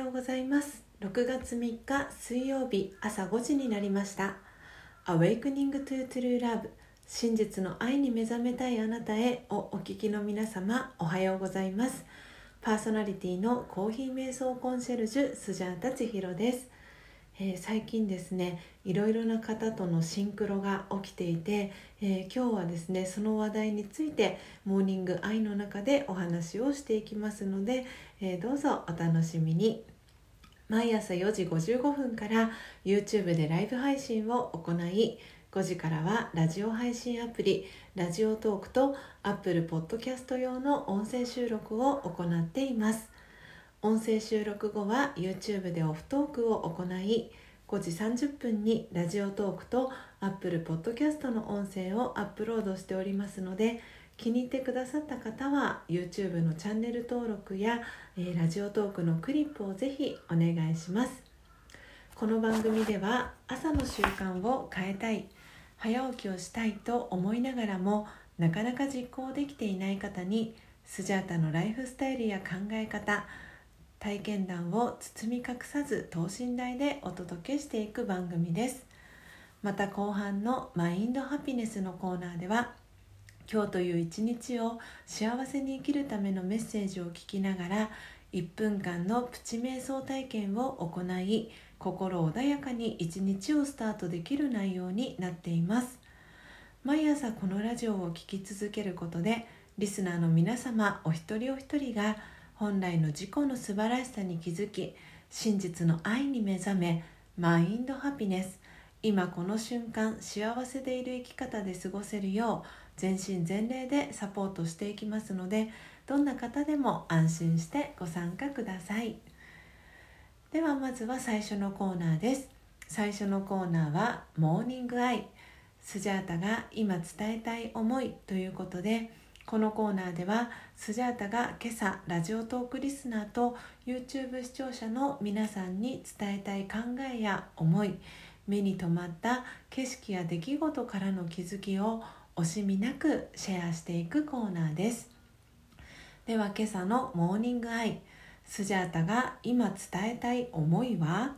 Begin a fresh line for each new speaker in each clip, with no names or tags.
うございます。6月3日水曜日朝5時になりました。 Awakening to True Love 真実の愛に目覚めたいあなたへをお聞きの皆様、おはようございます。パーソナリティのコーヒー瞑想コンシェルジュスジャータ千尋です。最近ですね、いろいろな方とのシンクロが起きていて、今日はですね、その話題についてモーニングアイの中でお話をしていきますので、どうぞお楽しみに。毎朝4時55分から YouTube でライブ配信を行い、5時からはラジオ配信アプリラジオトークと Apple Podcast 用の音声収録を行っています。音声収録後は YouTube でオフトークを行い、5時30分にラジオトークと Apple Podcast の音声をアップロードしておりますので、気に入ってくださった方は YouTube のチャンネル登録や、ラジオトークのクリップをぜひお願いします。この番組では朝の習慣を変えたい、早起きをしたいと思いながらもなかなか実行できていない方に、スジャータのライフスタイルや考え方、体験談を包み隠さず等身大でお届けしていく番組です。また後半のマインドハピネスのコーナーでは、今日という一日を幸せに生きるためのメッセージを聞きながら1分間のプチ瞑想体験を行い、心穏やかに一日をスタートできる内容になっています。毎朝このラジオを聞き続けることで、リスナーの皆様お一人お一人が本来の自己の素晴らしさに気づき、真実の愛に目覚め、マインドハピネス、今この瞬間幸せでいる生き方で過ごせるよう全身全霊でサポートしていきますので、どんな方でも安心してご参加ください。ではまずは最初のコーナーです。最初のコーナーはモーニングアイ、スジャータが今伝えたい思いということで、このコーナーではスジャータが今朝ラジオトークリスナーと YouTube 視聴者の皆さんに伝えたい考えや思い、目に留まった景色や出来事からの気づきを惜しみなくシェアしていくコーナーです。では今朝のモーニングアイ、スジャータが今伝えたい思いは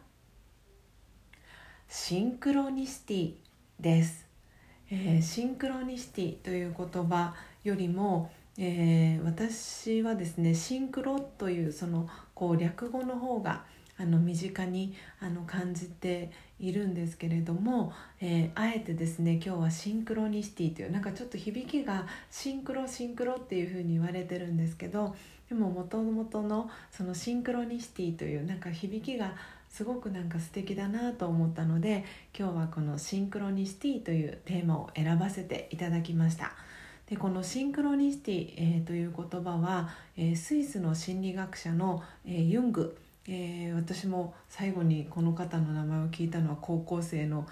シンクロニシティです。シンクロニシティという言葉よりも、私はですね、シンクロという略語の方が身近に感じているんですけれども、あえてですね、今日はシンクロニシティという、なんかちょっと響きがシンクロっていう風に言われてるんですけど、でも元々のそのシンクロニシティというなんか響きがすごくなんか素敵だなと思ったので、今日はこのシンクロニシティというテーマを選ばせていただきました。でこのシンクロニシティ、という言葉は、スイスの心理学者の、ユング、私も最後にこの方の名前を聞いたのは高校生の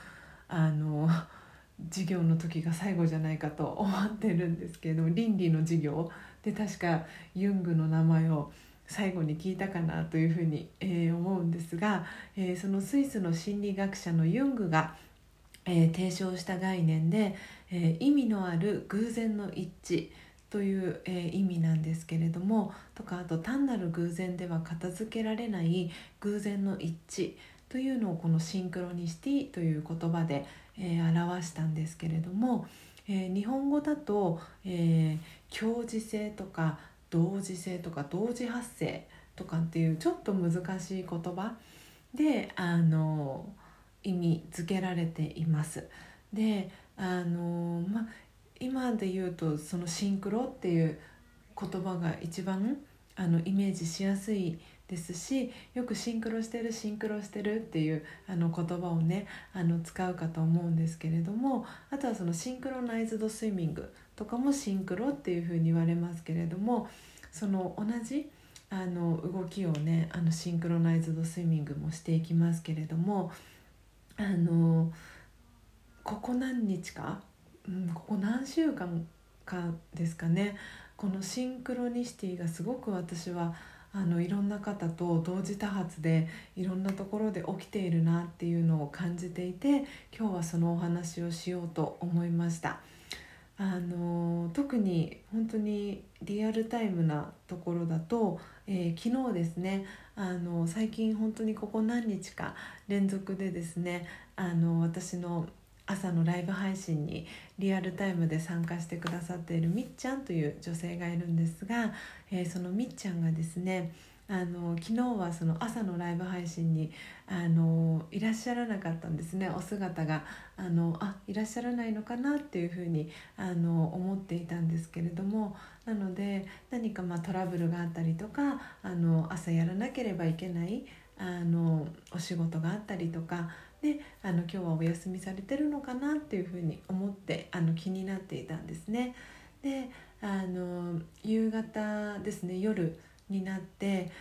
授業の時が最後じゃないかと思ってるんですけど、倫理の授業で確かユングの名前を最後に聞いたかなというふうに、思うんですが、そのスイスの心理学者のユングが、提唱した概念で、意味のある偶然の一致という、意味なんですけれども、とかあと単なる偶然では片付けられない偶然の一致というのをこのシンクロニシティという言葉で、表したんですけれども、日本語だと、共時性とか同時性とか同時発生とかっていうちょっと難しい言葉で意味付けられています。で今で言うとそのシンクロっていう言葉が一番イメージしやすいですし、よくシンクロしてるっていう言葉をね使うかと思うんですけれども、あとはそのシンクロナイズドスイミングとかもシンクロっていうふうに言われますけれども、その同じ動きをねシンクロナイズドスイミングもしていきますけれども、ここ何日か、ここ何週間かですかね、このシンクロニシティがすごく私はいろんな方と同時多発でいろんなところで起きているなっていうのを感じていて、今日はそのお話をしようと思いました。特に本当にリアルタイムなところだと、昨日ですね最近本当にここ何日か連続でですね、私の朝のライブ配信にリアルタイムで参加してくださっているみっちゃんという女性がいるんですが、そのみっちゃんがですね、昨日はその朝のライブ配信にいらっしゃらなかったんですね。お姿がいらっしゃらないのかなっていうふうに思っていたんですけれども、なので何かトラブルがあったりとか朝やらなければいけないお仕事があったりとかで今日はお休みされてるのかなっていうふうに思って気になっていたんですね。で夕方ですね、夜になって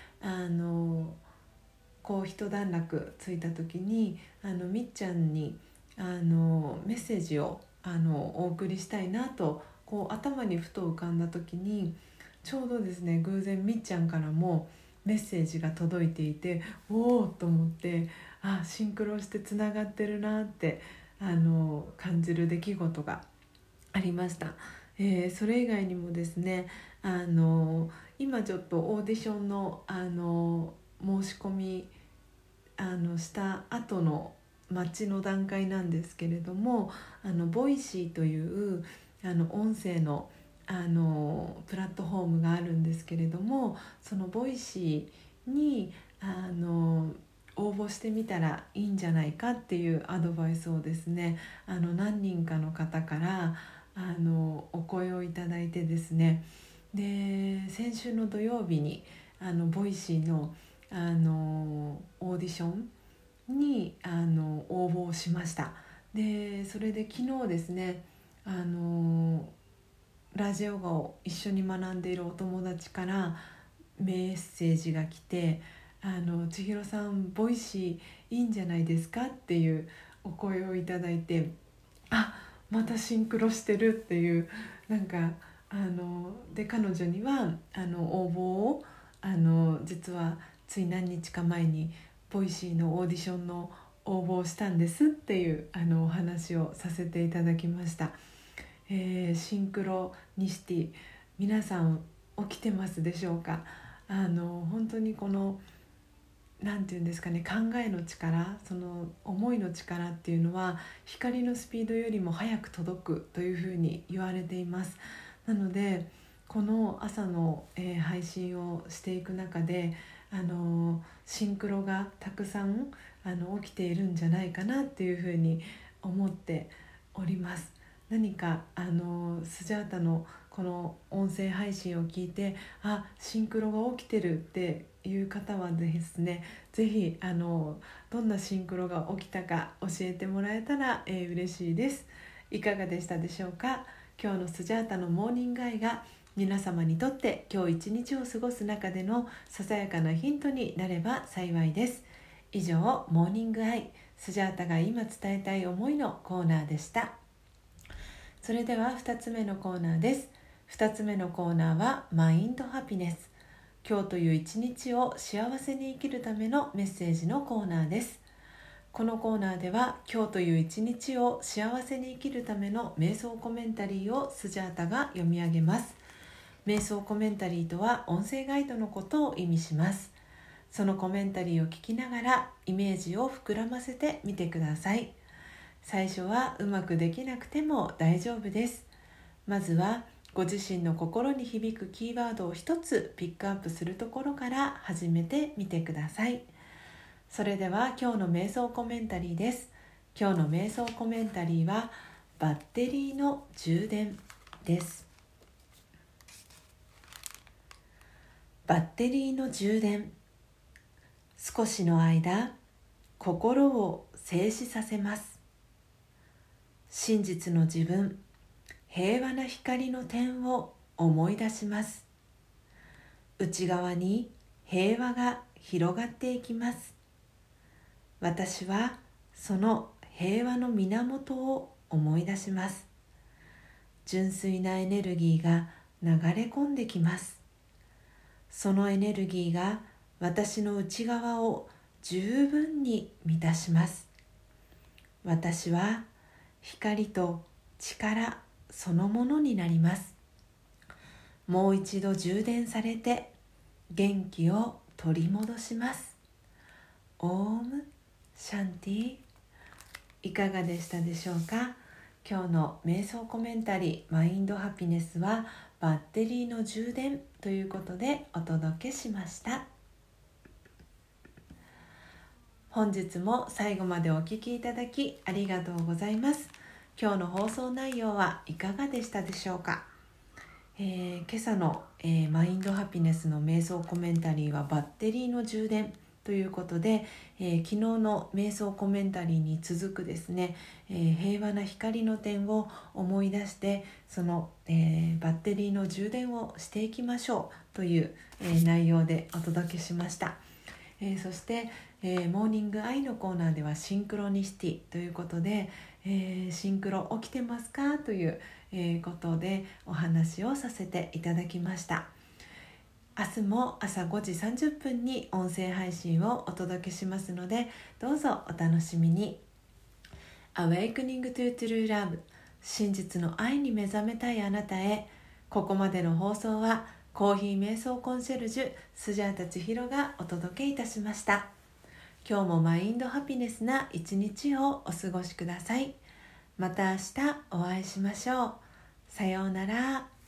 こう一段落ついた時にみっちゃんにメッセージをお送りしたいなとこう頭にふと浮かんだ時に、ちょうどですね偶然みっちゃんからもメッセージが届いていて、おーと思って、シンクロしてつながってるなって感じる出来事がありました。それ以外にもですね今ちょっとオーディションの申し込みした後の待ちの段階なんですけれども、ボイシーという音声のプラットフォームがあるんですけれども、そのボイシーに応募してみたらいいんじゃないかっていうアドバイスをですね何人かの方からお声をいただいてですね、で先週の土曜日にボイシーのオーディションに応募をしました。でそれで昨日ですねラジオを一緒に学んでいるお友達からメッセージが来て、千尋さんボイシーいいんじゃないですかっていうお声をいただいて、またシンクロしてるっていう、なんかで彼女には応募を実はつい何日か前にボイシーのオーディションの応募をしたんですっていうお話をさせていただきました。シンクロニシティ、皆さん起きてますでしょうか。本当にこのなんていうんですかね、考えの力、その思いの力っていうのは光のスピードよりも早く届くというふうに言われています。なのでこの朝の、配信をしていく中でシンクロがたくさん起きているんじゃないかなっていうふうに思っております。何かスジャータのこの音声配信を聞いてシンクロが起きてるっていう方はですね、ぜひどんなシンクロが起きたか教えてもらえたら、嬉しいです。いかがでしたでしょうか。今日のスジャータのモーニングアイが皆様にとって今日一日を過ごす中でのささやかなヒントになれば幸いです。以上、モーニングアイスジャータが今伝えたい思いのコーナーでした。それでは2つ目のコーナーです。2つ目のコーナーはマインドハピネス。今日という一日を幸せに生きるためのメッセージのコーナーです。このコーナーでは今日という一日を幸せに生きるための瞑想コメンタリーをスジャータが読み上げます。瞑想コメンタリーとは音声ガイドのことを意味します。そのコメンタリーを聞きながらイメージを膨らませてみてください。最初はうまくできなくても大丈夫です。まずはご自身の心に響くキーワードを一つピックアップするところから始めてみてください。それでは今日の瞑想コメンタリーです。今日の瞑想コメンタリーはバッテリーの充電です。バッテリーの充電。少しの間、心を静止させます。真実の自分、平和な光の点を思い出します。内側に平和が広がっていきます。私はその平和の源を思い出します。純粋なエネルギーが流れ込んできます。そのエネルギーが私の内側を十分に満たします。私は光と力そのものになります。もう一度充電されて元気を取り戻します。オームシャンティ。いかがでしたでしょうか。今日の瞑想コメンタリーマインドハピネスはバッテリーの充電ということでお届けしました。本日も最後までお聞きいただきありがとうございます。今日の放送内容はいかがでしたでしょうか。今朝の、マインドハピネスの瞑想コメンタリーはバッテリーの充電ということで、昨日の瞑想コメンタリーに続くですね、平和な光の点を思い出してその、バッテリーの充電をしていきましょうという、内容でお届けしました。そして、モーニングアイのコーナーではシンクロニシティということで、シンクロ起きてますかという、ことでお話をさせていただきました。明日も朝5時30分に音声配信をお届けしますので、どうぞお楽しみに。 Awakening to True Love、 真実の愛に目覚めたいあなたへ。ここまでの放送はコーヒー瞑想コンシェルジュスジャータ千尋がお届けいたしました。今日もマインドハピネスな一日をお過ごしください。また明日お会いしましょう。さようなら。